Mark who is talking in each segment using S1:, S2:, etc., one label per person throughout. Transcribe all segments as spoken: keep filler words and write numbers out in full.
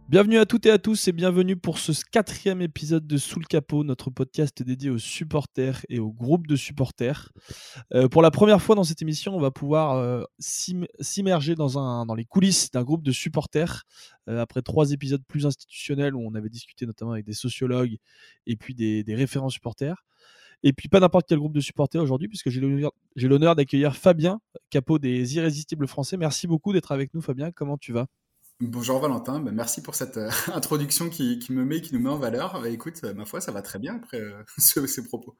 S1: Bienvenue à toutes et à tous et bienvenue pour ce quatrième épisode de Sous le capot, notre podcast dédié aux supporters et aux groupes de supporters. Euh, pour la première fois dans cette émission, on va pouvoir euh, s'im- s'immerger dans, un, dans les coulisses d'un groupe de supporters. Euh, après trois épisodes plus institutionnels où on avait discuté notamment avec des sociologues et puis des, des référents supporters. Et puis pas n'importe quel groupe de supporters aujourd'hui, puisque j'ai l'honneur, j'ai l'honneur d'accueillir Fabien, capot des Irrésistibles Français. Merci beaucoup d'être avec nous, Fabien. Comment tu vas ?
S2: Bonjour Valentin, bah, merci pour cette euh, introduction qui, qui me met, qui nous met en valeur. Bah, écoute, euh, ma foi, ça va très bien après euh, ce- ces propos.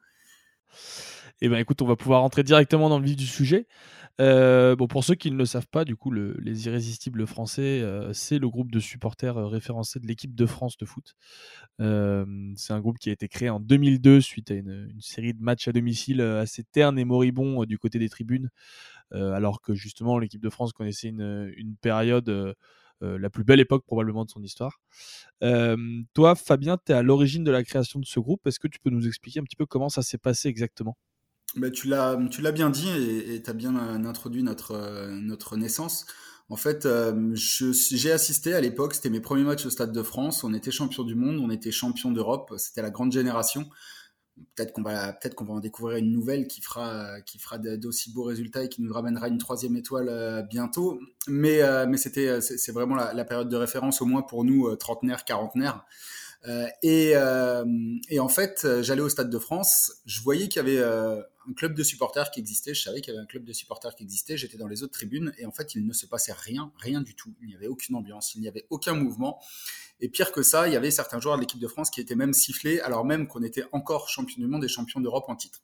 S1: Eh ben écoute, on va pouvoir rentrer directement dans le vif du sujet. Euh, bon, pour ceux qui ne le savent pas, du coup, le- les Irrésistibles Français, euh, c'est le groupe de supporters euh, référencés de l'équipe de France de foot. Euh, c'est un groupe qui a été créé en deux mille deux suite à une, une série de matchs à domicile euh, assez ternes et moribonds euh, du côté des tribunes, euh, alors que justement l'équipe de France connaissait une, une période, euh, euh, la plus belle époque probablement de son histoire. Euh, toi, Fabien, tu es à l'origine de la création de ce groupe. Est-ce que tu peux nous expliquer un petit peu comment ça s'est passé exactement ?
S2: Bah, tu l'as, tu l'as bien dit et tu as bien euh, introduit notre, euh, notre naissance. En fait, euh, je, j'ai assisté à l'époque, c'était mes premiers matchs au Stade de France. On était champion du monde, on était champion d'Europe. C'était la grande génération. Peut-être qu'on va, peut-être qu'on va en découvrir une nouvelle qui fera, qui fera d'aussi beaux résultats et qui nous ramènera une troisième étoile euh, bientôt. Mais, euh, mais c'était, c'est, c'est vraiment la, la période de référence, au moins pour nous, euh, trentenaires, quarantenaires. Euh, et, euh, et en fait, j'allais au Stade de France, je voyais qu'il y avait euh, un club de supporters qui existait, je savais qu'il y avait un club de supporters qui existait, j'étais dans les autres tribunes, et en fait, il ne se passait rien, rien du tout. Il n'y avait aucune ambiance, il n'y avait aucun mouvement. Et pire que ça, il y avait certains joueurs de l'équipe de France qui étaient même sifflés, alors même qu'on était encore champion du monde et champion d'Europe en titre.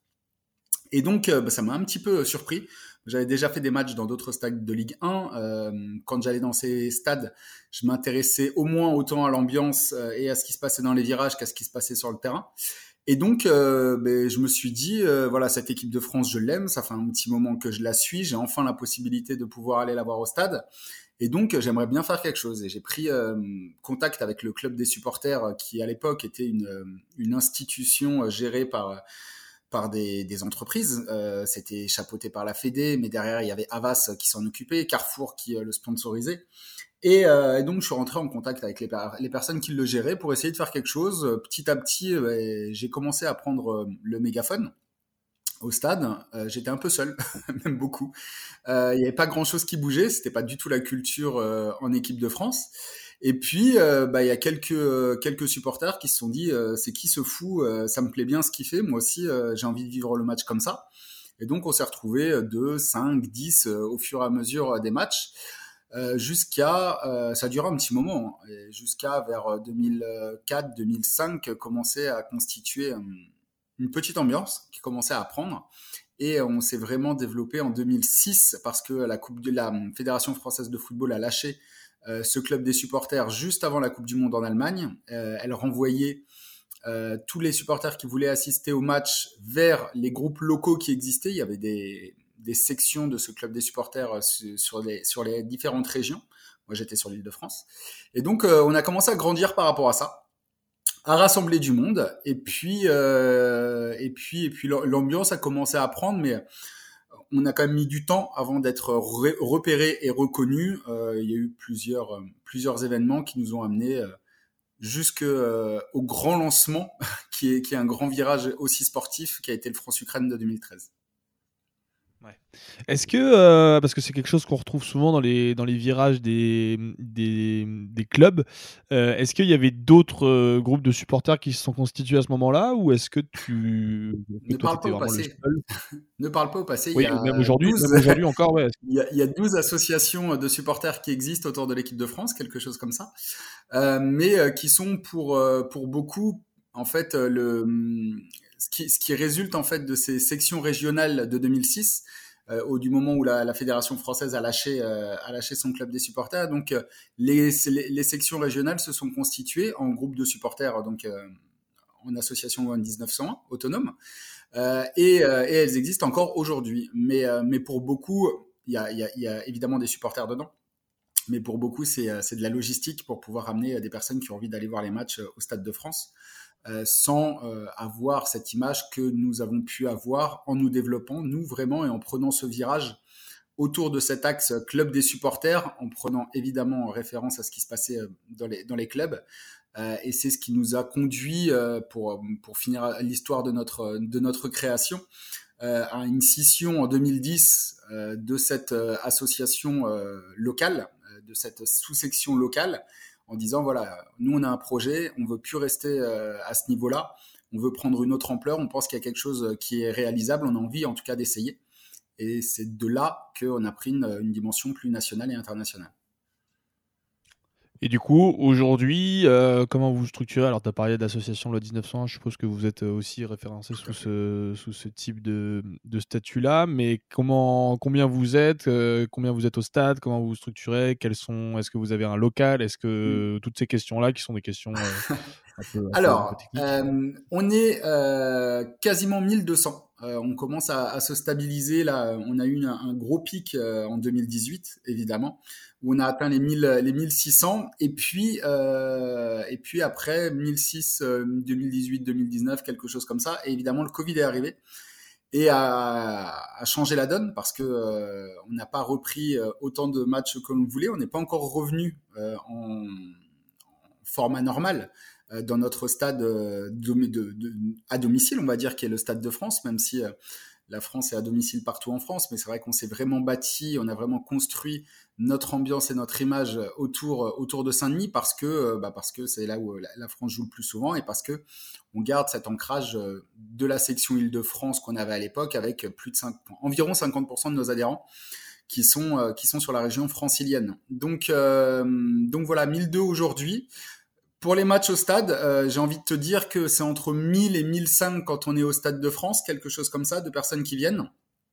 S2: Et donc, euh, bah, ça m'a un petit peu surpris. J'avais déjà fait des matchs dans d'autres stades de Ligue un. Euh, quand j'allais dans ces stades, je m'intéressais au moins autant à l'ambiance euh, et à ce qui se passait dans les virages qu'à ce qui se passait sur le terrain. Et donc, euh, ben, je me suis dit, euh, voilà, cette équipe de France, je l'aime. Ça fait un petit moment que je la suis. J'ai enfin la possibilité de pouvoir aller la voir au stade. Et donc, j'aimerais bien faire quelque chose. Et j'ai pris euh, contact avec le club des supporters, qui à l'époque était une, une institution gérée par par des, des entreprises. Euh, c'était chapeauté par la Fédé, mais derrière, il y avait Havas qui s'en occupait, Carrefour qui euh, le sponsorisait. Et, euh, et donc, je suis rentré en contact avec les, les personnes qui le géraient pour essayer de faire quelque chose. Petit à petit, euh, j'ai commencé à prendre le mégaphone au stade. Euh, j'étais un peu seul, même beaucoup. Euh, Il n'y avait pas grand-chose qui bougeait. C'était pas du tout la culture euh, en équipe de France. Et puis, euh, bah, il y a quelques euh, quelques supporters qui se sont dit, euh, c'est qui ce fou, euh, ça me plaît bien ce qu'il fait. Moi aussi, euh, j'ai envie de vivre le match comme ça. Et donc, on s'est retrouvés deux, cinq, dix euh, au fur et à mesure des matchs, euh, jusqu'à, euh, ça a duré un petit moment, hein, et jusqu'à vers deux mille quatre, deux mille cinq, commencer à constituer euh, une petite ambiance qui commençait à prendre. Et on s'est vraiment développé en deux mille six parce que la, coupe de, la Fédération française de football a lâché euh, ce club des supporters juste avant la Coupe du Monde en Allemagne. Euh, elle renvoyait euh, tous les supporters qui voulaient assister au match vers les groupes locaux qui existaient. Il y avait des, des sections de ce club des supporters sur les, sur les différentes régions. Moi, j'étais sur l'Île-de-France. Et donc, euh, on a commencé à grandir par rapport à ça, à rassembler du monde. Et puis, euh, et puis, et puis l'ambiance a commencé à prendre, mais on a quand même mis du temps avant d'être repéré et reconnu. Euh, il y a eu plusieurs, plusieurs événements qui nous ont amenés euh, jusqu'au euh, grand lancement, qui est, qui est un grand virage aussi sportif, qui a été le France-Ukraine de deux mille treize.
S1: Ouais. Est-ce que, euh, parce que c'est quelque chose qu'on retrouve souvent dans les, dans les virages des, des, des clubs, euh, est-ce qu'il y avait d'autres euh, groupes de supporters qui se sont constitués à ce moment-là, ou est-ce que tu, que
S2: Ne
S1: toi, tu
S2: parle pas
S1: étais
S2: au
S1: vraiment le
S2: passé.
S1: seul ?
S2: Ne parle pas au passé. Il y
S1: Oui, ou même
S2: a
S1: aujourd'hui,
S2: douze,
S1: même aujourd'hui encore, ouais.
S2: il y a, il y a douze associations de supporters qui existent autour de l'équipe de France, quelque chose comme ça, euh, mais euh, qui sont pour, euh, pour beaucoup, en fait, euh, le, ce qui, ce qui résulte en fait de ces sections régionales de deux mille six, euh, au du moment où la, la fédération française a lâché, euh, a lâché son club des supporters. Donc, euh, les, les, les sections régionales se sont constituées en groupes de supporters, donc euh, en association dix-neuf cent un, autonome, euh, et, euh, et elles existent encore aujourd'hui. Mais, euh, mais pour beaucoup, il y a, y, a, y a évidemment des supporters dedans. Mais pour beaucoup, c'est, c'est de la logistique pour pouvoir amener des personnes qui ont envie d'aller voir les matchs au Stade de France, euh, sans euh, avoir cette image que nous avons pu avoir en nous développant, nous vraiment, et en prenant ce virage autour de cet axe club des supporters, en prenant évidemment en référence à ce qui se passait dans les, dans les clubs. Euh, et c'est ce qui nous a conduit, euh, pour, pour finir l'histoire de notre, de notre création, euh, à une scission en deux mille dix euh, de cette euh, association euh, locale, euh, de cette sous-section locale, en disant voilà, nous on a un projet, on veut plus rester euh, à ce niveau-là, on veut prendre une autre ampleur, on pense qu'il y a quelque chose qui est réalisable, on a envie en tout cas d'essayer. Et c'est de là qu'on a pris une, une dimension plus nationale et internationale.
S1: Et du coup, aujourd'hui, euh, comment vous structurez? Alors, tu as parlé d'association loi dix-neuf cent un, je suppose que vous êtes aussi référencé sous ce, sous ce type de, de statut-là, mais comment, combien vous êtes, euh, combien vous êtes au stade, comment vous vous structurez, quels sont, est-ce que vous avez un local, est-ce que toutes ces questions-là, qui sont des questions euh, un, peu, un, peu, un peu
S2: Alors,
S1: techniques.
S2: euh, on est euh, quasiment mille deux cents. Euh, on commence à, à se stabiliser là. On a eu un, un gros pic euh, en deux mille dix-huit, évidemment, où on a atteint les mille, les mille six cents. Et puis, euh, et puis après mille six, euh, deux mille dix-huit, deux mille dix-neuf, quelque chose comme ça. Et évidemment, le Covid est arrivé et a, a changé la donne parce que euh, on n'a pas repris euh, autant de matchs que l'on voulait. On n'est pas encore revenu euh, en, en format normal euh, dans notre stade euh, de, de, de, à domicile, on va dire, qui est le Stade de France, même si euh, la France est à domicile partout en France, mais c'est vrai qu'on s'est vraiment bâti, on a vraiment construit notre ambiance et notre image autour, autour de Saint-Denis parce que, bah parce que c'est là où la, la France joue le plus souvent et parce que on garde cet ancrage de la section Île-de-France qu'on avait à l'époque avec plus de cinq, environ cinquante pour cent de nos adhérents qui sont, qui sont sur la région francilienne. Donc, euh, donc voilà, mille deux aujourd'hui. Pour les matchs au stade, euh, j'ai envie de te dire que c'est entre mille et mille cinq quand on est au Stade de France, quelque chose comme ça, de personnes qui viennent.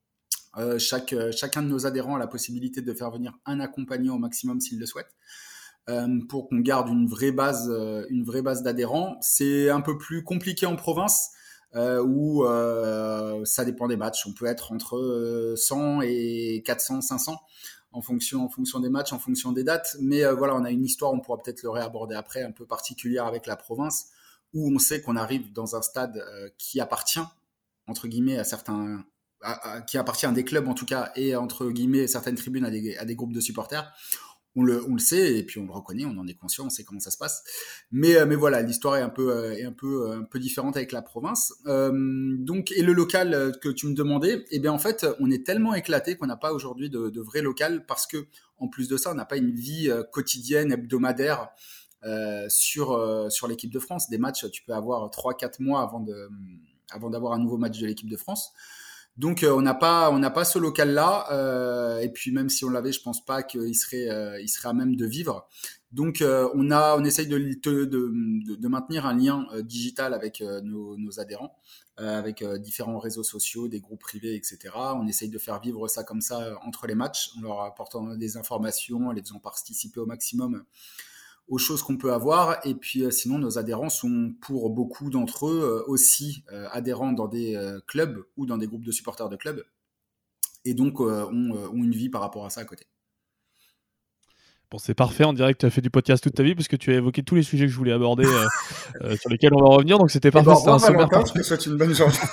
S2: Euh, chaque, chacun de nos adhérents a la possibilité de faire venir un accompagnant au maximum s'il le souhaite, euh, pour qu'on garde une vraie base, euh, une vraie base d'adhérents. C'est un peu plus compliqué en province, euh, où euh, ça dépend des matchs. On peut être entre cent et quatre cents, cinq cents. En fonction, en fonction des matchs, en fonction des dates. Mais euh, voilà, on a une histoire, on pourra peut-être le réaborder après, un peu particulière avec la province, où on sait qu'on arrive dans un stade euh, qui appartient, entre guillemets, à certains, à, à, qui appartient à des clubs en tout cas, et entre guillemets, certaines tribunes à des, à des groupes de supporters. On le, on le sait, et puis on le reconnaît, on en est conscient, on sait comment ça se passe. Mais, mais voilà, l'histoire est un peu, est un peu, un peu différente avec la province. Euh, donc, et le local que tu me demandais, eh bien en fait, on est tellement éclaté qu'on n'a pas aujourd'hui de, de vrai local parce que, en plus de ça, on n'a pas une vie quotidienne, hebdomadaire euh, sur euh, sur l'équipe de France. Des matchs, tu peux avoir trois, quatre mois avant de, avant d'avoir un nouveau match de l'équipe de France. Donc euh, on n'a pas on n'a pas ce local là euh, et puis même si on l'avait, je pense pas qu'il serait euh, il serait à même de vivre. Donc euh, on a on essaye de de, de, de maintenir un lien euh, digital avec euh, nos, nos adhérents, euh, avec euh, différents réseaux sociaux, des groupes privés, et cetera. On essaye de faire vivre ça comme ça euh, entre les matchs, en leur apportant des informations, en les faisant participer au maximum aux choses qu'on peut avoir. Et puis euh, sinon, nos adhérents sont pour beaucoup d'entre eux euh, aussi euh, adhérents dans des euh, clubs ou dans des groupes de supporters de clubs. Et donc, euh, ont, euh, ont une vie par rapport à ça à côté.
S1: Bon, c'est parfait, on dirait que tu as fait du podcast toute ta vie parce que tu as évoqué tous les sujets que je voulais aborder, euh, euh, sur lesquels on va revenir, donc c'était parfait.
S2: Bon,
S1: c'était un sommaire
S2: Valentin, je te souhaite une bonne journée.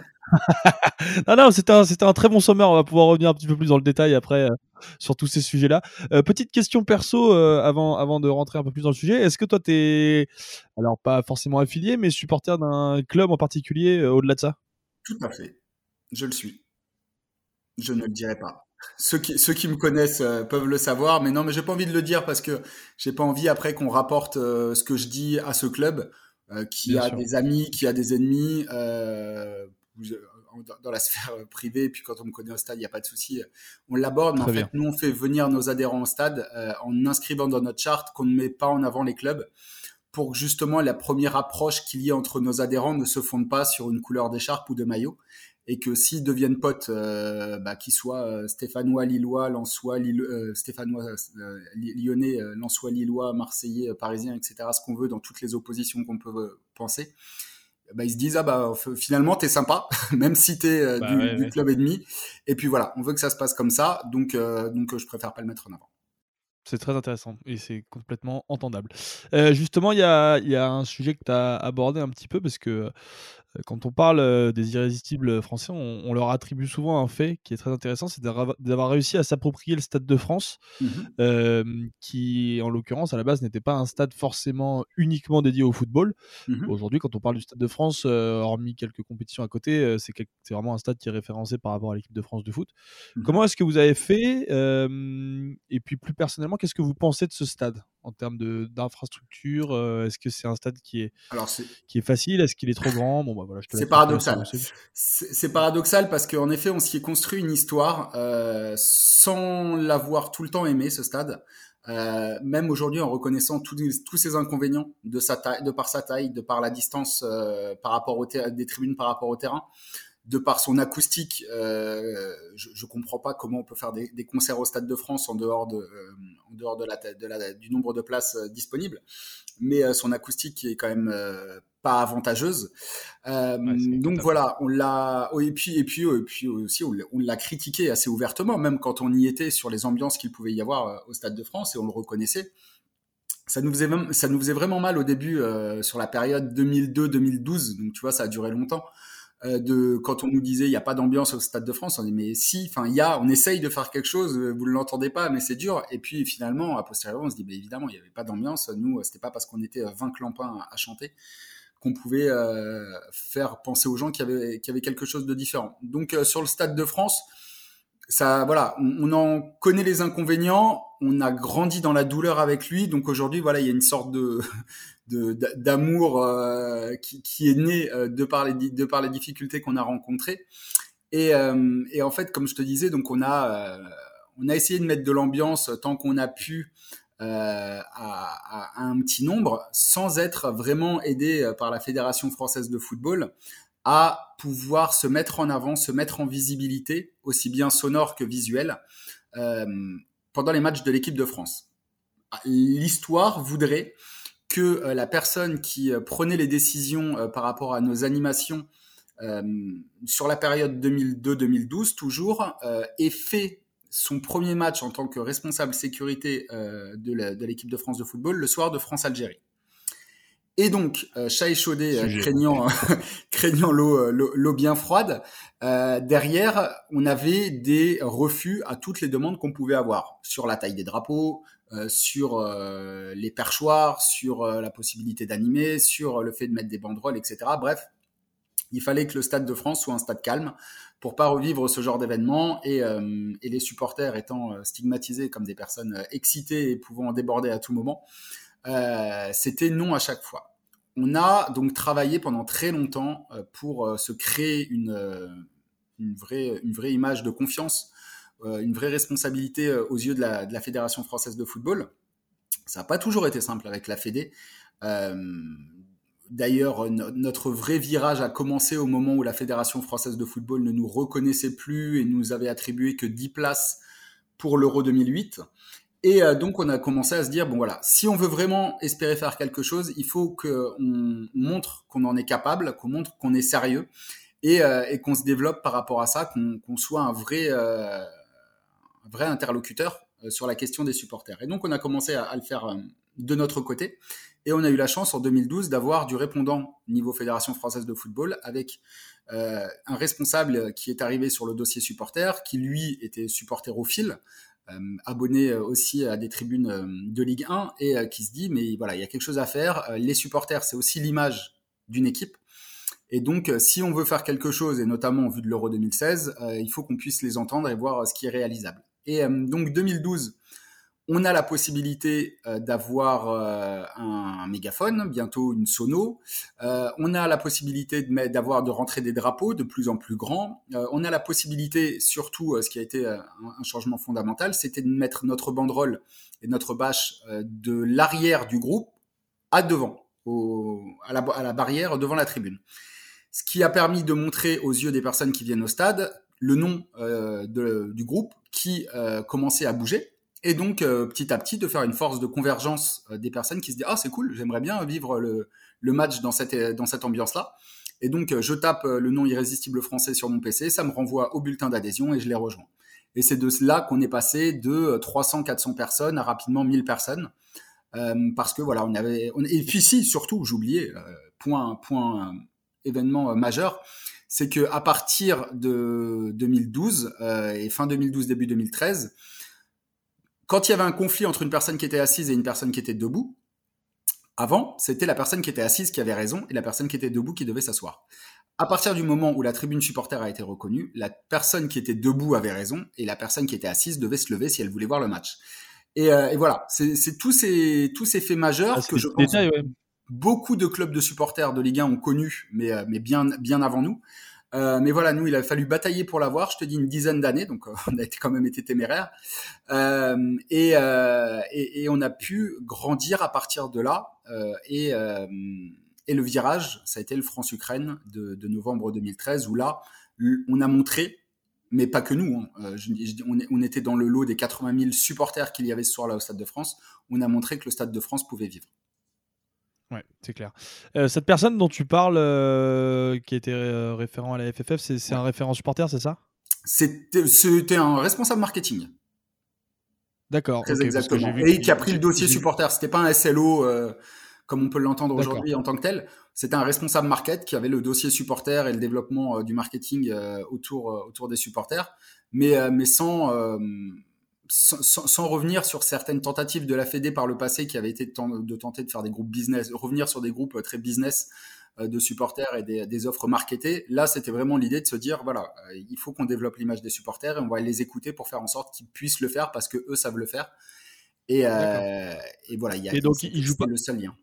S1: non, non, c'était un, c'était un très bon sommaire. On va pouvoir revenir un petit peu plus dans le détail après euh, sur tous ces sujets-là. Euh, petite question perso euh, avant, avant de rentrer un peu plus dans le sujet. Est-ce que toi, tu es, alors pas forcément affilié, mais supporter d'un club en particulier euh, au-delà de ça?
S2: Tout à fait. Je le suis. Je ne le dirai pas. Ceux qui, ceux qui me connaissent euh, peuvent le savoir, mais non, mais j'ai pas envie de le dire parce que j'ai pas envie après qu'on rapporte euh, ce que je dis à ce club euh, qui
S1: Bien
S2: a
S1: sûr.
S2: des amis, qui a des ennemis euh, dans la sphère privée. Et puis quand on me connaît au stade, il n'y a pas de souci, on l'aborde. Mais en
S1: Très
S2: fait,
S1: bien.
S2: nous on fait venir nos adhérents au stade euh, en inscrivant dans notre charte qu'on ne met pas en avant les clubs, pour que justement la première approche qu'il y ait entre nos adhérents ne se fonde pas sur une couleur d'écharpe ou de maillot, et que s'ils deviennent potes, euh, bah, qu'ils soient euh, stéphanois, lillois, lensois, Lille, euh, stéphanois, euh, lyonnais, euh, lensois, lillois, marseillais, euh, parisiens, et cetera, ce qu'on veut dans toutes les oppositions qu'on peut euh, penser, bah, ils se disent ah bah finalement t'es sympa, même si t'es euh,
S1: Bah,
S2: du,
S1: ouais,
S2: du
S1: ouais.
S2: club ennemi. Et puis voilà, on veut que ça se passe comme ça, donc euh, donc euh, je préfère pas le mettre en avant.
S1: C'est très intéressant et c'est complètement entendable. Euh, justement, il y a, il y a un sujet que tu as abordé un petit peu parce que Quand on parle euh, des irrésistibles français, on, on leur attribue souvent un fait qui est très intéressant, c'est d'avoir d'avoir réussi à s'approprier le Stade de France,
S2: Mhm.
S1: euh, qui en l'occurrence à la base n'était pas un stade forcément uniquement dédié au football.
S2: Mhm.
S1: Aujourd'hui, quand on parle du Stade de France, euh, hormis quelques compétitions à côté, euh, c'est quel- c'est vraiment un stade qui est référencé par rapport à l'équipe de France de foot.
S2: Mhm.
S1: Comment est-ce que vous avez fait euh, Et puis plus personnellement, qu'est-ce que vous pensez de ce stade en termes de- d'infrastructure? Euh, Est-ce que c'est un stade qui est,
S2: Alors c'est
S1: qui est facile? Est-ce qu'il est trop grand? Bon, bah voilà, je te
S2: c'est
S1: laisse, je te laisse
S2: paradoxal.
S1: commencer.
S2: C'est c'est paradoxal parce qu'en effet, on s'y est construit une histoire euh, sans l'avoir tout le temps aimé, ce stade. Euh, même aujourd'hui, en reconnaissant tous, tous ces inconvénients de sa taille, de par sa taille, de par la distance euh, par rapport au ter- des tribunes par rapport au terrain, de par son acoustique, euh, je, je comprends pas comment on peut faire des, des concerts au Stade de France en dehors de, euh, en dehors de la, de la, du nombre de places euh, disponibles. Mais euh, son acoustique qui est quand même euh, pas avantageuse. Euh,
S1: Ouais, c'est
S2: donc
S1: catastrophique.
S2: voilà, on l'a. Oh, et puis et puis et puis aussi on l'a on l'a critiqué assez ouvertement, même quand on y était sur les ambiances qu'il pouvait y avoir euh, au Stade de France et on le reconnaissait. Ça nous faisait même, ça nous faisait vraiment mal au début euh, sur la période deux mille deux deux mille douze. Donc tu vois, ça a duré longtemps. Euh, de quand on nous disait il n'y a pas d'ambiance au Stade de France, on dit mais si, enfin il y a, on essaye de faire quelque chose, vous ne l'entendez pas, mais c'est dur. Et puis finalement, à posteriori, on se dit mais évidemment il n'y avait pas d'ambiance. Nous, c'était pas parce qu'on était vingt clampins à, à chanter qu'on pouvait euh, faire penser aux gens qu'il y avait, qu'il y avait quelque chose de différent. Donc euh, sur le Stade de France, ça, voilà, on, on en connaît les inconvénients, on a grandi dans la douleur avec lui, donc aujourd'hui, voilà, il y a une sorte de, de d'amour euh, qui, qui est né euh, de par les de par les difficultés qu'on a rencontrées. Et, euh, et en fait, comme je te disais, donc on a euh, on a essayé de mettre de l'ambiance tant qu'on a pu euh, à, à, à un petit nombre, sans être vraiment aidé par la Fédération française de football à pouvoir se mettre en avant, se mettre en visibilité, aussi bien sonore que visuelle, euh, pendant les matchs de l'équipe de France. L'histoire voudrait que euh, la personne qui euh, prenait les décisions euh, par rapport à nos animations euh, sur la période deux mille deux deux mille douze toujours euh, ait fait son premier match en tant que responsable sécurité euh, de l'équipe de France de football le soir de France-Algérie. Et donc, euh, chat échaudé, euh,
S1: Sujet. Ok.
S2: craignant, craignant l'eau, euh, l'eau, l'eau bien froide, euh, derrière, on avait des refus à toutes les demandes qu'on pouvait avoir sur la taille des drapeaux, euh, sur euh, les perchoirs, sur euh, la possibilité d'animer, sur le fait de mettre des banderoles, et cetera. Bref, il fallait que le Stade de France soit un stade calme pour pas revivre ce genre d'événement et, euh, et les supporters étant stigmatisés comme des personnes excitées et pouvant en déborder à tout moment. Euh, c'était non à chaque fois. On a donc travaillé pendant très longtemps euh, pour euh, se créer une, euh, une, vraie, une vraie image de confiance, euh, une vraie responsabilité euh, aux yeux de la, de la Fédération française de football. Ça n'a pas toujours été simple avec la Fédé. Euh, D'ailleurs, no- notre vrai virage a commencé au moment où la Fédération française de football ne nous reconnaissait plus et nous avait attribué que dix places pour l'Euro deux mille huit. Et euh, donc, on a commencé à se dire, bon voilà, si on veut vraiment espérer faire quelque chose, il faut qu'on montre qu'on en est capable, qu'on montre qu'on est sérieux et, euh, et qu'on se développe par rapport à ça, qu'on qu'on soit un vrai, euh, un vrai interlocuteur euh, sur la question des supporters. Et donc, on a commencé à, à le faire euh, de notre côté. Et on a eu la chance en deux mille douze d'avoir du répondant niveau Fédération française de football avec euh, un responsable qui est arrivé sur le dossier supporter, qui lui était supporterophile, euh, abonné aussi à des tribunes euh, de Ligue un et euh, qui se dit mais voilà, il y a quelque chose à faire. Euh, les supporters, c'est aussi l'image d'une équipe. Et donc, euh, si on veut faire quelque chose, et notamment en vue de l'Euro deux mille seize, euh, il faut qu'on puisse les entendre et voir euh, ce qui est réalisable. Et euh, donc, deux mille douze, on a la possibilité euh, d'avoir euh, un mégaphone, bientôt une sono. Euh, on a la possibilité de mettre, d'avoir de rentrer des drapeaux de plus en plus grands. Euh, on a la possibilité, surtout, euh, ce qui a été euh, un, un changement fondamental, c'était de mettre notre banderole et notre bâche euh, de l'arrière du groupe à devant, au, à, la, à la barrière devant la tribune. Ce qui a permis de montrer aux yeux des personnes qui viennent au stade le nom euh, de, du groupe qui euh, commençait à bouger. Et donc, euh, petit à petit, de faire une force de convergence euh, des personnes qui se disent « Ah, c'est cool, j'aimerais bien vivre le, le match dans cette, dans cette ambiance-là. » Et donc, euh, je tape le nom irrésistible français sur mon P C, ça me renvoie au bulletin d'adhésion et je les rejoins. Et c'est de cela qu'on est passé de trois cents à quatre cents personnes à rapidement mille personnes. Euh, parce que voilà, on avait... On, et puis si, surtout, j'oubliais, euh, point, point événement euh, majeur, c'est que à partir de deux mille douze euh, et fin deux mille douze, début deux mille treize, quand il y avait un conflit entre une personne qui était assise et une personne qui était debout, avant, c'était la personne qui était assise qui avait raison et la personne qui était debout qui devait s'asseoir. À partir du moment où la tribune supporter a été reconnue, la personne qui était debout avait raison et la personne qui était assise devait se lever si elle voulait voir le match. Et, euh, et voilà, c'est, c'est tous ces tous ces faits majeurs
S1: Ah,
S2: que je pense
S1: détail, ouais.
S2: beaucoup de clubs de supporters de Ligue un ont connus, mais euh, mais bien bien avant nous. Euh, mais voilà, nous, il a fallu batailler pour l'avoir. Je te dis une dizaine d'années, donc euh, on a été quand même été téméraires. Euh, et, euh, et, et on a pu grandir à partir de là. Euh, et, euh, et le virage, ça a été le France-Ukraine de, de novembre deux mille treize, où là, on a montré, mais pas que nous, hein, euh, je, je, on, on était dans le lot des quatre-vingt mille supporters qu'il y avait ce soir-là au Stade de France. On a montré que le Stade de France pouvait vivre.
S1: Ouais, c'est clair. Euh, cette personne dont tu parles, euh, qui était euh, référent à la F F F, c'est, c'est ouais. un référent supporter, c'est ça ?
S2: c'était, c'était un responsable marketing.
S1: D'accord.
S2: Très
S1: okay,
S2: exactement. Et qui a pris le dossier supporter. C'était pas un S L O euh, comme on peut l'entendre D'accord. aujourd'hui en tant que tel. C'était un responsable market qui avait le dossier supporter et le développement euh, du marketing euh, autour euh, autour des supporters, mais euh, mais sans, euh, sans sans revenir sur certaines tentatives de la Fédé par le passé qui avaient été de, de tenter de faire des groupes business, revenir sur des groupes très business de supporters et des, des offres marketées. Là, c'était vraiment l'idée de se dire, voilà, euh, il faut qu'on développe l'image des supporters et on va les écouter pour faire en sorte qu'ils puissent le faire parce que eux savent le faire. Et, euh, et voilà, il y a,
S1: et donc,
S2: c'était,
S1: il joue
S2: c'était
S1: pas,
S2: le seul lien.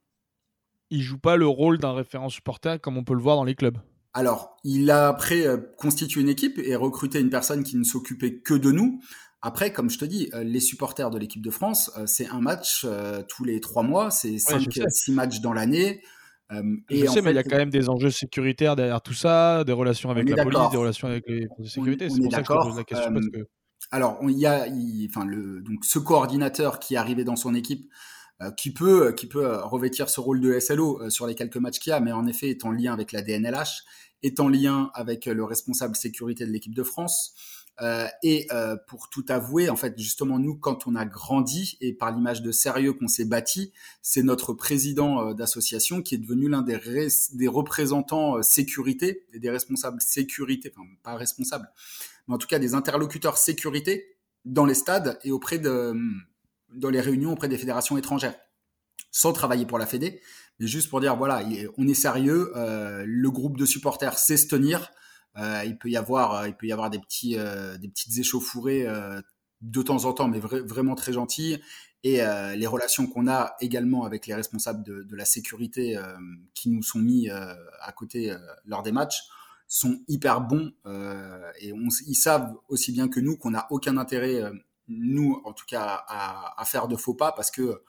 S1: Il joue pas le rôle d'un référent supporter comme on peut le voir dans les clubs.
S2: Alors, il a après euh, constitué une équipe et recruté une personne qui ne s'occupait que de nous. Après, comme je te dis, euh, les supporters de l'équipe de France, euh, c'est un match euh, tous les trois mois, c'est cinq, ouais, six matchs dans l'année.
S1: Euh, je sais, mais fait, il y a quand même des enjeux sécuritaires derrière tout ça, des relations avec la
S2: d'accord.
S1: police, des relations avec les forces de sécurité. On, on c'est pour ça d'accord. que je te pose la question. Euh, parce que...
S2: Alors, il y a, il, enfin, le, donc, ce coordinateur qui est arrivé dans son équipe, euh, qui peut, qui peut revêtir ce rôle de S L O euh, sur les quelques matchs qu'il y a, mais en effet est en lien avec la D N L H, est en lien avec le responsable sécurité de l'équipe de France. Euh, et euh, pour tout avouer, en fait, justement, nous, quand on a grandi et par l'image de sérieux qu'on s'est bâti, c'est notre président euh, d'association qui est devenu l'un des, res- des représentants euh, sécurité et des responsables sécurité, enfin pas responsables, mais en tout cas des interlocuteurs sécurité dans les stades et auprès de, dans les réunions auprès des fédérations étrangères, sans travailler pour la Fédé, mais juste pour dire voilà, on est sérieux, euh, le groupe de supporters sait se tenir. Euh, il peut y avoir, il peut y avoir des petits, euh, des petites échauffourées euh, de temps en temps, mais vra- vraiment très gentilles. Et euh, les relations qu'on a également avec les responsables de, de la sécurité euh, qui nous sont mis euh, à côté euh, lors des matchs sont hyper bons. Euh, et on, ils savent aussi bien que nous qu'on n'a aucun intérêt, euh, nous en tout cas, à, à faire de faux pas parce que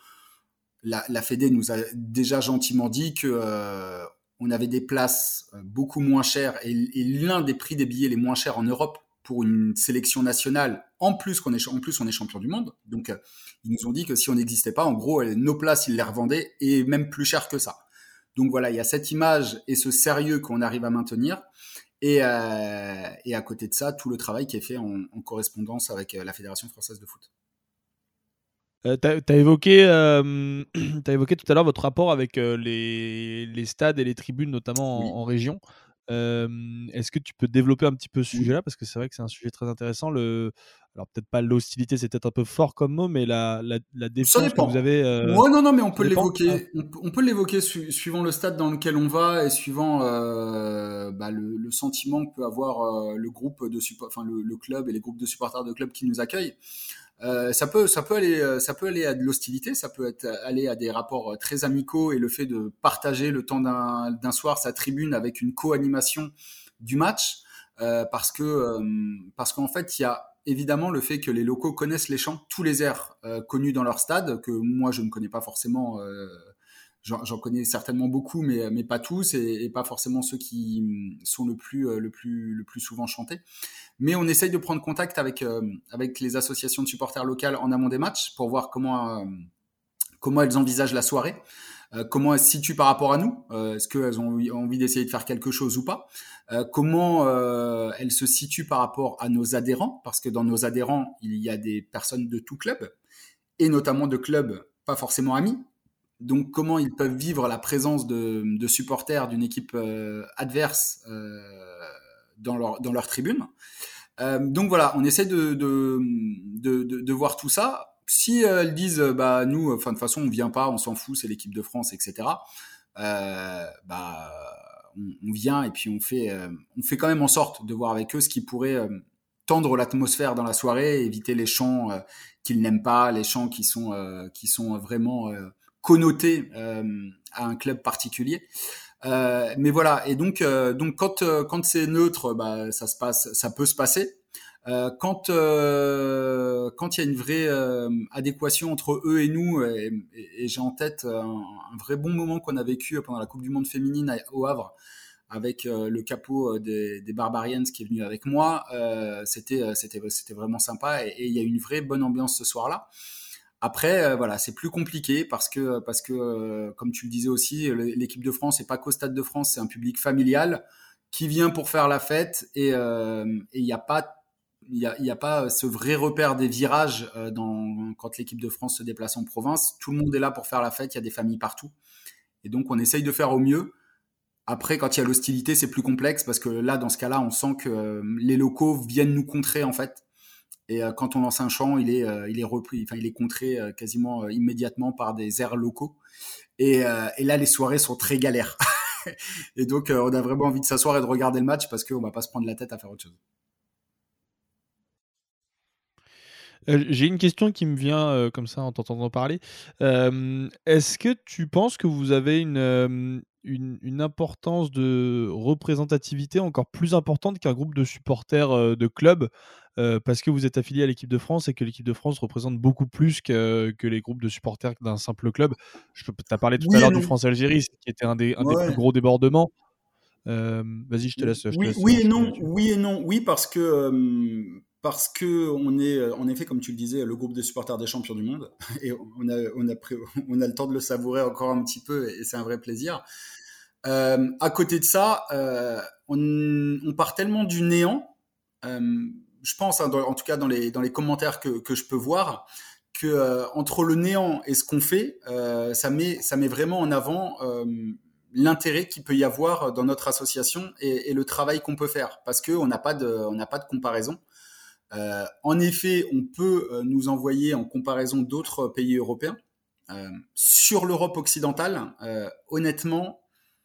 S2: la, la Fédé nous a déjà gentiment dit que euh, on avait des places beaucoup moins chères et, et l'un des prix des billets les moins chers en Europe pour une sélection nationale. En plus qu'on est en plus on est champion du monde. Donc euh, ils nous ont dit que si on n'existait pas, en gros, nos places ils les revendaient et même plus cher que ça. Donc voilà, il y a cette image et ce sérieux qu'on arrive à maintenir. Et, euh, et à côté de ça, tout le travail qui est fait en, en correspondance avec la Fédération française de foot.
S1: Euh, tu as évoqué, euh, évoqué tout à l'heure votre rapport avec euh, les, les stades et les tribunes, notamment en, oui. en région. Euh, Est-ce que tu peux développer un petit peu ce oui. sujet-là ? Parce que c'est vrai que c'est un sujet très intéressant. Le... Alors peut-être pas l'hostilité, c'est peut-être un peu fort comme mot, mais la, la, la défense que vous avez... Euh...
S2: Ouais, non, non, mais on peut l'évoquer. On, on peut l'évoquer su- suivant le stade dans lequel on va et suivant euh, bah, le, le sentiment que peut avoir euh, le groupe de support, enfin le, le club et les groupes de supporters de club qui nous accueillent. Euh, ça peut, ça peut aller, ça peut aller à de l'hostilité, ça peut être, aller à des rapports très amicaux et le fait de partager le temps d'un, d'un soir sa tribune avec une co-animation du match, euh, parce que, euh, parce qu'en fait, il y a évidemment le fait que les locaux connaissent les chants, tous les airs euh, connus dans leur stade, que moi je ne connais pas forcément. Euh, J'en, j'en connais certainement beaucoup, mais, mais pas tous, et, et pas forcément ceux qui sont le plus, le plus, le plus souvent chantés. Mais on essaye de prendre contact avec, euh, avec les associations de supporters locales en amont des matchs pour voir comment, euh, comment elles envisagent la soirée, euh, comment elles se situent par rapport à nous, euh, est-ce qu'elles ont envie d'essayer de faire quelque chose ou pas, euh, comment euh, elles se situent par rapport à nos adhérents, parce que dans nos adhérents, il y a des personnes de tout club, et notamment de clubs pas forcément amis, donc comment ils peuvent vivre la présence de, de supporters d'une équipe euh, adverse euh, dans leur dans leur tribune. Euh, donc voilà, on essaie de de, de, de, de voir tout ça. Si euh, elles disent bah nous, enfin de toute façon on vient pas, on s'en fout, c'est l'équipe de France, et cetera. Euh, bah on, on vient et puis on fait euh, on fait quand même en sorte de voir avec eux ce qui pourrait euh, tendre l'atmosphère dans la soirée, éviter les chants euh, qu'ils n'aiment pas, les chants qui sont euh, qui sont vraiment euh, connotés euh, à un club particulier. Euh, mais voilà, et donc euh, donc quand euh, quand c'est neutre, bah ça se passe, ça peut se passer. Euh, quand euh, quand il y a une vraie euh, adéquation entre eux et nous, et, et, et j'ai en tête un, un vrai bon moment qu'on a vécu pendant la Coupe du Monde féminine à- au Havre avec euh, le capot des, des Barbarians qui est venu avec moi. Euh, c'était euh, c'était c'était vraiment sympa et, et il y a eu une vraie bonne ambiance ce soir-là. Après, euh, voilà, c'est plus compliqué parce que, parce que euh, comme tu le disais aussi, l'équipe de France, c'est pas qu'au Stade de France, c'est un public familial qui vient pour faire la fête et euh, et il n'y a pas il y a, il y a pas ce vrai repère des virages euh, dans, quand l'équipe de France se déplace en province. Tout le monde est là pour faire la fête, il y a des familles partout. Et donc, on essaye de faire au mieux. Après, quand il y a l'hostilité, c'est plus complexe parce que là, dans ce cas-là, on sent que euh, les locaux viennent nous contrer en fait. Et euh, quand on lance un chant, il est, euh, il est repris, enfin, il est contré euh, quasiment euh, immédiatement par des airs locaux. Et, euh, et là, les soirées sont très galères. Et donc, euh, on a vraiment envie de s'asseoir et de regarder le match parce qu'on va pas se prendre la tête à faire autre chose.
S1: Euh, j'ai une question qui me vient euh, comme ça en t'entendant parler. Euh, est-ce que tu penses que vous avez une, euh, une, une importance de représentativité encore plus importante qu'un groupe de supporters euh, de club euh, parce que vous êtes affilié à l'équipe de France et que l'équipe de France représente beaucoup plus que, que les groupes de supporters d'un simple club? Tu as parlé tout à
S2: Oui et
S1: l'heure du
S2: non.
S1: France-Algérie, qui était un des, un des plus
S2: Ouais.
S1: gros débordements. Euh, vas-y, je te laisse, je te
S2: Oui,
S1: laisse
S2: oui et
S1: enchaîner
S2: non,
S1: là-dessus.
S2: oui et non, oui parce que euh, parce que on est euh, en effet comme tu le disais le groupe des supporters des champions du monde et on a on a pris, on a le temps de le savourer encore un petit peu et c'est un vrai plaisir. Euh, à côté de ça, euh, on, on part tellement du néant, euh, je pense, hein, dans- en tout cas dans les, dans les commentaires que, que je peux voir, que euh, entre le néant et ce qu'on fait, euh, ça, met, ça met vraiment en avant euh, l'intérêt qu'il peut y avoir dans notre association et, et le travail qu'on peut faire, parce qu'on n'a pas de, on n'a pas de comparaison. Euh, en effet, on peut euh, nous envoyer en comparaison d'autres pays européens. Euh, sur l'Europe occidentale, euh, honnêtement,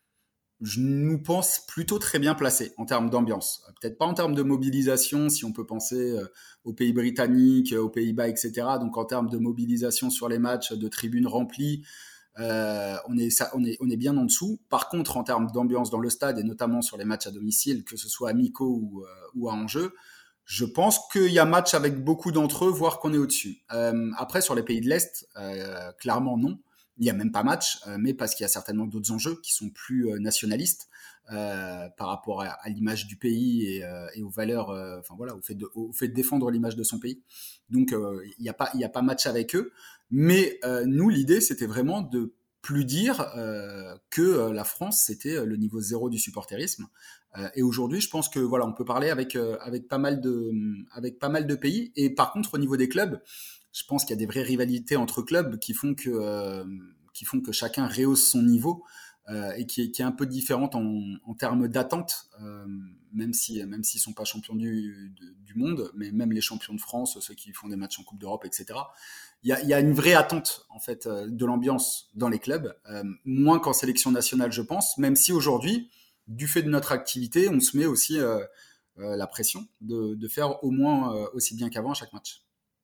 S2: je nous pense plutôt très bien placés en termes d'ambiance. Peut-être pas en termes de mobilisation, si on peut penser euh, aux pays britanniques, aux Pays-Bas, et cetera. Donc en termes de mobilisation sur les matchs, de tribunes remplies, euh, on, est, ça, on, est, on est bien en dessous. Par contre, en termes d'ambiance dans le stade, et notamment sur les matchs à domicile, que ce soit amicaux ou, euh, ou à enjeu, je pense qu'il y a match avec beaucoup d'entre eux, voire qu'on est au-dessus. Euh, après, sur les pays de l'Est, euh, clairement non. Il n'y a même pas match, euh, mais parce qu'il y a certainement d'autres enjeux qui sont plus euh, nationalistes euh, par rapport à, à l'image du pays et, euh, et aux valeurs, euh, enfin voilà, au fait de, au fait de défendre l'image de son pays. Donc euh, il n'y a pas, il y a pas match avec eux. Mais euh, nous, l'idée, c'était vraiment de plus dire euh, que euh, la France, c'était le niveau zéro du supporterisme. Euh, et aujourd'hui, je pense que voilà, on peut parler avec euh, avec pas mal de avec pas mal de pays. Et par contre, au niveau des clubs, je pense qu'il y a des vraies rivalités entre clubs qui font que euh, qui font que chacun rehausse son niveau euh, et qui est, qui est un peu différente en, en termes d'attente, euh, même si même s'ils sont pas champions du, du, du monde, mais même les champions de France, ceux qui font des matchs en Coupe d'Europe, et cetera. Il y a, il y a une vraie attente en fait euh, de l'ambiance dans les clubs, euh, moins qu'en sélection nationale, je pense. Même si aujourd'hui, du fait de notre activité, on se met aussi euh, euh, la pression de, de faire au moins euh, aussi bien qu'avant à chaque match.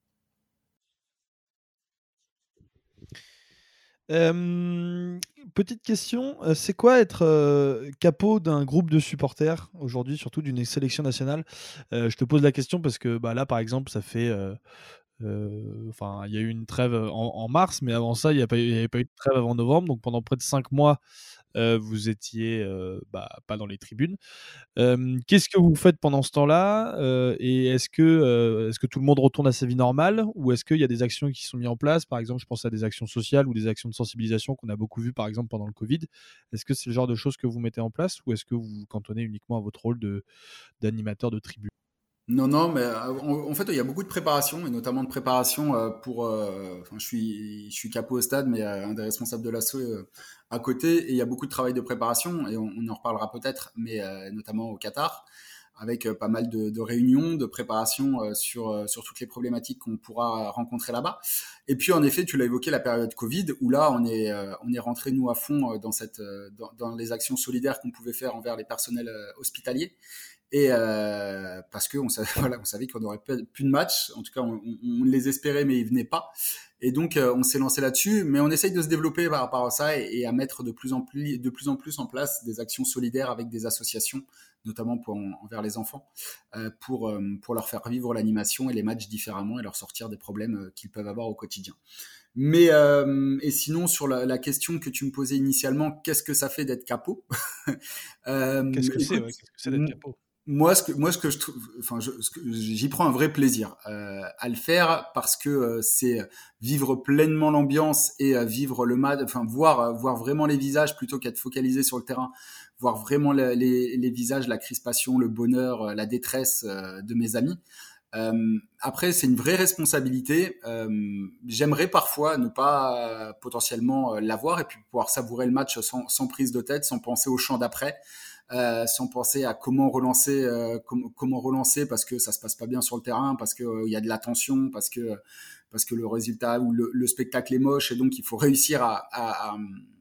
S1: Hem, petite question, heu, c'est quoi être, heu, capot d'un groupe de supporters aujourd'hui, surtout d'une sélection nationale? Heu, je te pose la question parce que, bah, là, par exemple, ça fait, heu heu, enfin, il y a eu une trêve, en en mars, mais avant ça, il y a pas eu il y avait pas eu de trêve avant novembre, donc pendant près de cinq mois, heu, vous étiez, heu, bah, pas dans les tribunes. Hem, qu'est-ce que vous faites pendant ce temps-là? Heu et est-ce que, heu, est-ce que tout le monde retourne à sa vie normale? Ou est-ce qu'il y a des actions qui sont mises en place? Par exemple, je pense à des actions sociales ou des actions de sensibilisation qu'on a beaucoup vues, par exemple, pendant le covid. Est-ce que c'est le genre de choses que vous mettez en place ou est-ce que vous vous cantonnez uniquement à votre rôle de d'animateur de tribu?
S2: Non, non, mais euh, en, en fait, il y a beaucoup de préparation, et notamment de préparation euh, pour. euh, Enfin, je suis, je suis capot au stade, mais euh, un des responsables de l'asso euh, à côté, et il y a beaucoup de travail de préparation, et on, on en reparlera peut-être, mais euh, notamment au Qatar, avec euh, pas mal de, de réunions, de préparation euh, sur euh, sur toutes les problématiques qu'on pourra rencontrer là-bas. Et puis, en effet, tu l'as évoqué, la période Covid, où là, on est euh, on est rentré nous à fond euh, dans cette euh, dans, dans les actions solidaires qu'on pouvait faire envers les personnels euh, hospitaliers. Et euh, parce qu'on savait, voilà, on savait qu'on n'aurait plus de matchs. En tout cas, on, on, on les espérait, mais ils venaient pas. Et donc, euh, on s'est lancé là-dessus. Mais on essaye de se développer par rapport à ça et, et à mettre de plus en plus, de plus en plus en place des actions solidaires avec des associations, notamment pour, envers les enfants, euh, pour euh, pour leur faire vivre l'animation et les matchs différemment et leur sortir des problèmes euh, qu'ils peuvent avoir au quotidien. Mais euh, et sinon sur la, la question que tu me posais initialement, qu'est-ce que ça fait d'être capot? euh,
S1: Qu'est-ce que c'est,
S2: écoute,
S1: ouais, qu'est-ce que c'est d'être capot?
S2: moi, ce que, moi, ce que je trouve, enfin, je, ce que- j'y prends un vrai plaisir euh, à le faire parce que euh, c'est vivre pleinement l'ambiance et euh, vivre le match, enfin, voir, euh, voir vraiment les visages plutôt qu'être focalisé sur le terrain, voir vraiment le- les, les visages, la crispation, le bonheur, euh, la détresse euh, de mes amis. Euh, après, c'est une vraie responsabilité. Euh, j'aimerais parfois ne pas euh, potentiellement euh, l'avoir et puis pouvoir savourer le match sans, sans prise de tête, sans penser au champ d'après, euh, sans penser à comment relancer, euh, com- comment relancer parce que ça se passe pas bien sur le terrain, parce que euh, il y a de la tension, parce que parce que le résultat ou le, le spectacle est moche et donc il faut réussir à, à, à,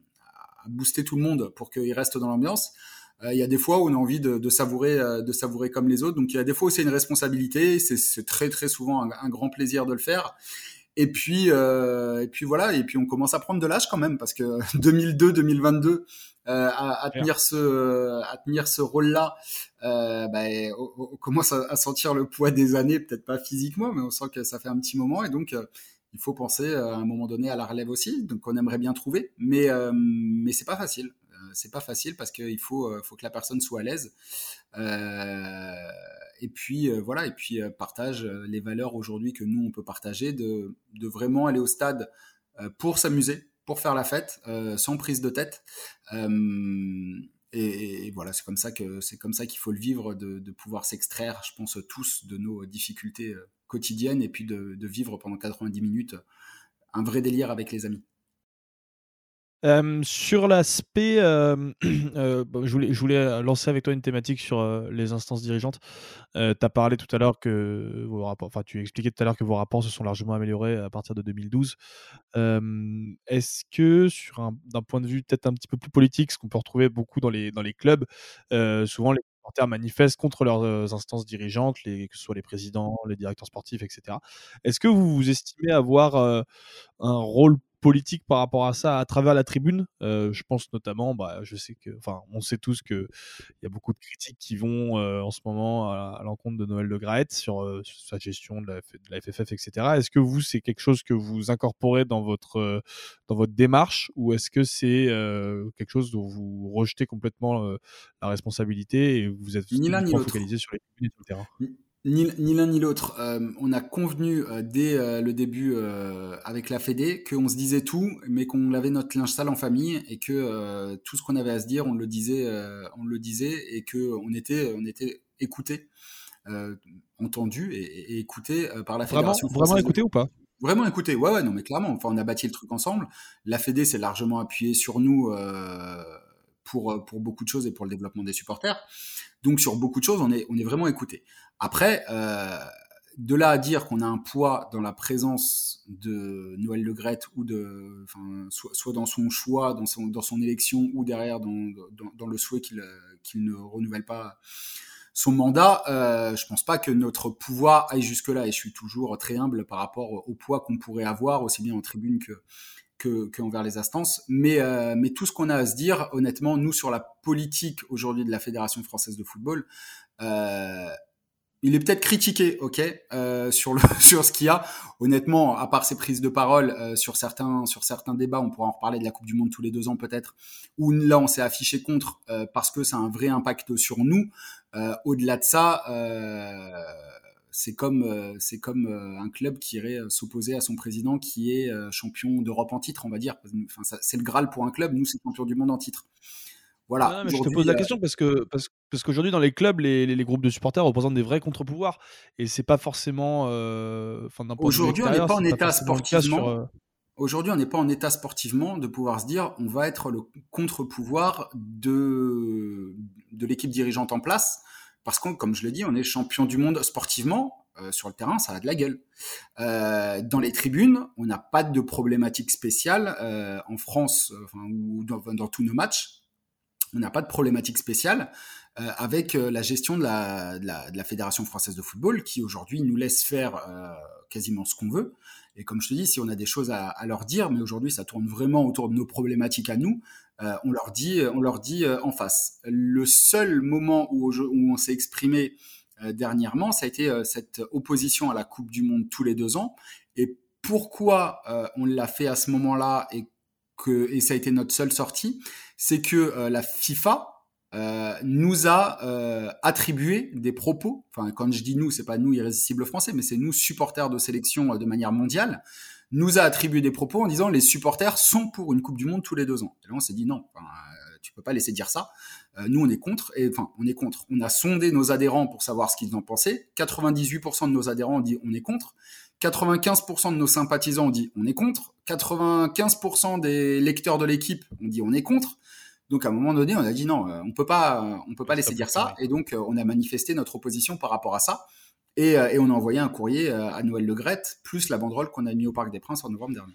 S2: à booster tout le monde pour qu'il reste dans l'ambiance. Euh, Il y a des fois où on a envie de, de savourer, euh, de savourer comme les autres. Donc il y a des fois où c'est une responsabilité. C'est, c'est très très souvent un, un grand plaisir de le faire. Et puis euh, et puis voilà. Et puis on commence à prendre de l'âge quand même parce que deux mille deux, deux mille vingt-deux, euh, à, à tenir ce à tenir ce rôle-là, euh, bah, on, on commence à, à sentir le poids des années. Peut-être pas physiquement, mais on sent que ça fait un petit moment. Et donc euh, il faut penser euh, à un moment donné à la relève aussi. Donc on aimerait bien trouver, mais euh, mais c'est pas facile. Euh, c'est pas facile parce qu'il faut, euh, faut que la personne soit à l'aise. Euh, et puis euh, voilà, et puis euh, partage euh, les valeurs aujourd'hui que nous on peut partager, de, de vraiment aller au stade euh, pour s'amuser, pour faire la fête, euh, sans prise de tête. Euh, et, et voilà, c'est comme ça que c'est comme ça qu'il faut le vivre, de, de pouvoir s'extraire, je pense tous, de nos difficultés euh, quotidiennes et puis de, de vivre pendant quatre-vingt-dix minutes un vrai délire avec les amis.
S1: Hem, sur l'aspect, hem, heu, bah, je voulais je voulais, heu, lancer avec toi une thématique sur, heu, les instances dirigeantes. Heu, tu as parlé tout à l'heure que vos rapports enfin, tu expliquais tout à l'heure que vos rapports se sont largement améliorés à partir de deux mille douze. Hem, est-ce que sur un d'un point de vue peut-être un petit peu plus politique, ce qu'on peut retrouver beaucoup dans les dans les clubs, heu, souvent les supporters manifestent contre leurs, heu, instances dirigeantes, les que ce soit les présidents, les directeurs sportifs et cetera. Est-ce que vous vous estimez avoir, heu un rôle politique par rapport à ça à travers la tribune? Heu, je pense notamment, bah, je sais que enfin, on sait tous qu'il y a beaucoup de critiques qui vont, heu, en ce moment à à l'encontre de Noël Le Graët sur, heu, sur sa gestion de la F de la F F F et cetera. Est-ce que vous, c'est quelque chose que vous incorporez dans votre, heu, dans votre démarche ou est-ce que c'est, heu, quelque chose dont vous rejetez complètement, heu, la responsabilité et vous êtes
S2: Ni l'un ni
S1: uniquement
S2: l'autre.
S1: focalisé sur les tribunes et sur le terrain?
S2: Ni, ni l'un ni l'autre. Euh, on a convenu euh, dès euh, le début euh, avec la Fédé qu'on se disait tout, mais qu'on lavait notre linge sale en famille et que euh, tout ce qu'on avait à se dire, on le disait, euh, on le disait et que on était, on était écouté, euh, entendu et, et écouté euh, par la
S1: Vraiment
S2: Fédération
S1: vraiment
S2: française de
S1: écouté
S2: foot.
S1: ou pas?
S2: Vraiment écouté. Ouais, ouais, non, mais clairement. Enfin, on a bâti le truc ensemble. La Fédé s'est largement appuyée sur nous euh, pour pour beaucoup de choses et pour le développement des supporters. Donc sur beaucoup de choses, on est, on est vraiment écouté. Après, euh, de là à dire qu'on a un poids dans la présence de Noël Le Graët ou de, enfin, soit, soit dans son choix, dans son, dans son élection ou derrière dans, dans, dans le souhait qu'il qu'il ne renouvelle pas son mandat, euh, je pense pas que notre pouvoir aille jusque-là. Et je suis toujours très humble par rapport au poids qu'on pourrait avoir, aussi bien en tribune que, que, que envers les instances. Mais, euh, mais tout ce qu'on a à se dire, honnêtement, nous, sur la politique aujourd'hui de la Fédération française de football, euh, il est peut-être critiqué, ok, euh, sur le sur ce qu'il y a. Honnêtement, à part ses prises de parole euh, sur certains sur certains débats, on pourra en reparler de la Coupe du Monde tous les deux ans peut-être. Où là, on s'est affiché contre euh, parce que ça a un vrai impact sur nous. Euh, au-delà de ça, euh, c'est comme euh, c'est comme euh, un club qui irait euh, s'opposer à son président qui est euh, champion d'Europe en titre, on va dire. Enfin, ça, c'est le Graal pour un club. Nous, c'est champion du monde en titre.
S1: Non,
S2: Voilà.
S1: non, mais je te pose
S2: Aujourd'hui,
S1: la
S2: euh,
S1: question parce que parce parce qu'aujourd'hui dans les clubs, les, les, les groupes de supporters représentent des vrais contre-pouvoirs et c'est pas forcément, euh, enfin d'un point de vue
S2: Aujourd'hui, on n'est
S1: extérieur,
S2: pas en
S1: c'est pas
S2: état
S1: forcément le cas sur.
S2: sportivement.
S1: Euh...
S2: Aujourd'hui, on n'est pas en état sportivement de pouvoir se dire on va être le contre-pouvoir de, de l'équipe dirigeante en place. Parce que, comme je l'ai dit, on est champion du monde sportivement. Euh, sur le terrain, ça a de la gueule. Euh, dans les tribunes, on n'a pas de problématique spéciale. Euh, en France, enfin, ou dans, dans tous nos matchs, on n'a pas de problématique spéciale euh, avec euh, la gestion de la, de, la, de la Fédération française de football qui, aujourd'hui, nous laisse faire euh, quasiment ce qu'on veut. Et comme je te dis, si on a des choses à, à leur dire, mais aujourd'hui, ça tourne vraiment autour de nos problématiques à nous, euh, on leur dit, on leur dit euh, en face. Le seul moment où, où on s'est exprimé euh, dernièrement, ça a été euh, cette opposition à la Coupe du Monde tous les deux ans. Et pourquoi euh, on l'a fait à ce moment-là et que et ça a été notre seule sortie, c'est que euh, la FIFA Euh, nous a euh, attribué des propos, enfin quand je dis nous, c'est pas nous irrésistibles français, mais c'est nous supporters de sélection euh, de manière mondiale, nous a attribué des propos en disant les supporters sont pour une Coupe du Monde tous les deux ans. Et là on s'est dit non, enfin, euh, tu peux pas laisser dire ça. Euh, nous on est contre, et enfin on est contre. On a sondé nos adhérents pour savoir ce qu'ils en pensaient. quatre-vingt-dix-huit pour cent de nos adhérents ont dit on est contre. quatre-vingt-quinze pour cent de nos sympathisants ont dit on est contre. quatre-vingt-quinze pour cent des lecteurs de l'équipe ont dit on est contre. Donc à un moment donné, on a dit non, on peut pas, on peut pas laisser dire ça, et donc on a manifesté notre opposition par rapport à ça, et, et on a envoyé un courrier à Noël Le Graët, plus la banderole qu'on a mis au Parc des Princes en novembre dernier.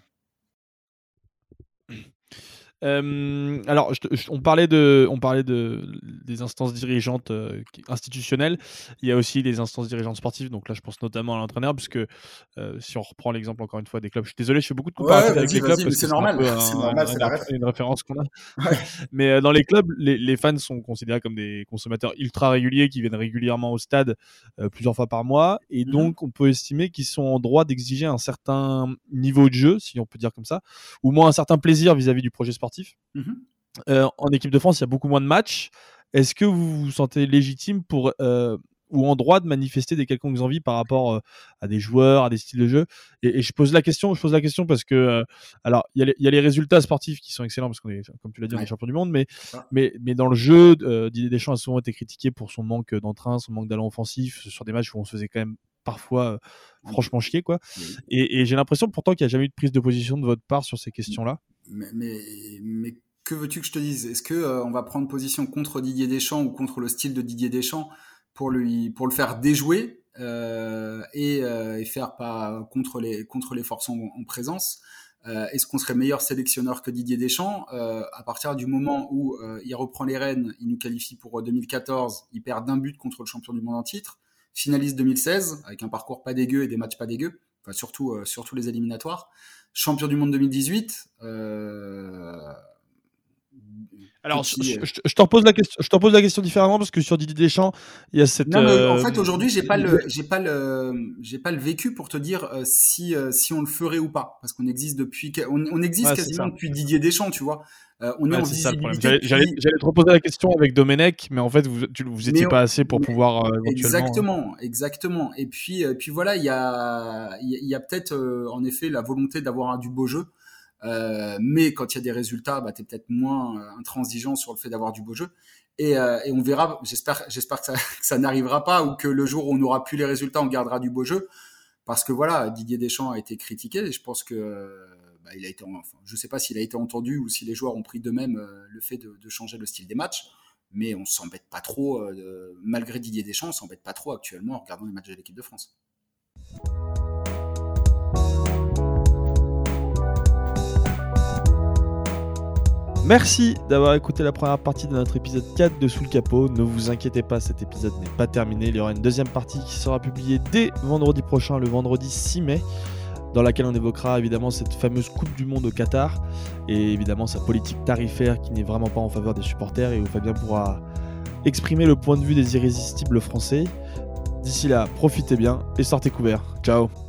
S1: Euh, alors, je, je, on parlait de, on parlait de des instances dirigeantes euh, institutionnelles. Il y a aussi les instances dirigeantes sportives. Donc là, je pense notamment à l'entraîneur, puisque euh, si on reprend l'exemple encore une fois des clubs, je suis désolé, je fais beaucoup de comparatifs
S2: ouais,
S1: avec les clubs parce
S2: que
S1: c'est,
S2: c'est normal,
S1: un
S2: c'est
S1: un,
S2: normal,
S1: un,
S2: c'est la
S1: une, une référence qu'on a.
S2: Ouais.
S1: Mais euh, dans les clubs, les, les fans sont considérés comme des consommateurs ultra réguliers qui viennent régulièrement au stade euh, plusieurs fois par mois, et donc mm-hmm. on peut estimer qu'ils sont en droit d'exiger un certain niveau de jeu, si on peut dire comme ça, ou moins un certain plaisir vis-à-vis du projet sportif. Mm-hmm. Euh, en équipe de France, il y a beaucoup moins de matchs. Est-ce que vous vous sentez légitime pour, euh, ou en droit de manifester des quelconques envies par rapport euh, à des joueurs, à des styles de jeu ? et, et je pose la question, je pose la question parce que, euh, alors, il y, y a les résultats sportifs qui sont excellents parce qu'on est, comme tu l'as dit, ouais. on est champion du monde, mais, mais, mais dans le jeu, euh, Didier Deschamps a souvent été critiqué pour son manque d'entrain, son manque d'allant offensif sur des matchs où on se faisait quand même parfois euh, franchement chier, quoi. Oui. Et, et j'ai l'impression pourtant qu'il n'y a jamais eu de prise de position de votre part sur ces questions-là.
S2: Mais, mais, mais... Que veux-tu que je te dise ? Est-ce que euh, on va prendre position contre Didier Deschamps ou contre le style de Didier Deschamps pour lui pour le faire déjouer euh, et, euh, et faire pas contre les contre les forces en, en présence ? euh, Est-ce qu'on serait meilleur sélectionneur que Didier Deschamps euh, à partir du moment où euh, il reprend les rênes, il nous qualifie pour deux mille quatorze, il perd d'un but contre le champion du monde en titre, finaliste deux mille seize avec un parcours pas dégueu et des matchs pas dégueux, enfin surtout euh, surtout les éliminatoires, champion du monde deux mille dix-huit. Euh,
S1: Alors, je, je, je, je, te repose la question, je te repose la question différemment parce que sur Didier Deschamps, il y a cette.
S2: Non, mais
S1: euh...
S2: en fait, aujourd'hui, j'ai pas le, j'ai pas le, j'ai pas le vécu pour te dire euh, si, euh, si on le ferait ou pas, parce qu'on existe depuis, on, on existe ouais, quasiment depuis Didier Deschamps, tu vois. Euh, on est ouais, en
S1: c'est
S2: visibilité.
S1: Ça, j'allais, j'allais, j'allais te reposer la question avec Domenech, mais en fait, vous, tu, vous étiez mais, pas assez pour pouvoir euh, éventuellement.
S2: Exactement, hein. exactement. Et puis, euh, puis voilà, il y a, il y a peut-être euh, en effet la volonté d'avoir un, du beau jeu. Euh, mais quand il y a des résultats, bah, tu es peut-être moins euh, intransigeant sur le fait d'avoir du beau jeu. Et, euh, et on verra, j'espère, j'espère que, ça, que ça n'arrivera pas ou que le jour où on n'aura plus les résultats, on gardera du beau jeu. Parce que voilà, Didier Deschamps a été critiqué et je pense que euh, bah, il a été, enfin, je ne sais pas s'il a été entendu ou si les joueurs ont pris d'eux-mêmes euh, le fait de, de changer le style des matchs. Mais on ne s'embête pas trop, euh, de, malgré Didier Deschamps, on ne s'embête pas trop actuellement en regardant les matchs de l'équipe de France.
S1: Merci d'avoir écouté la première partie de notre épisode quatre de Sous le Capot. Ne vous inquiétez pas, cet épisode n'est pas terminé. Il y aura une deuxième partie qui sera publiée dès vendredi prochain, le vendredi six mai, dans laquelle on évoquera évidemment cette fameuse Coupe du Monde au Qatar et évidemment sa politique tarifaire qui n'est vraiment pas en faveur des supporters et où Fabien pourra exprimer le point de vue des irrésistibles français. D'ici là, profitez bien et sortez couverts. Ciao.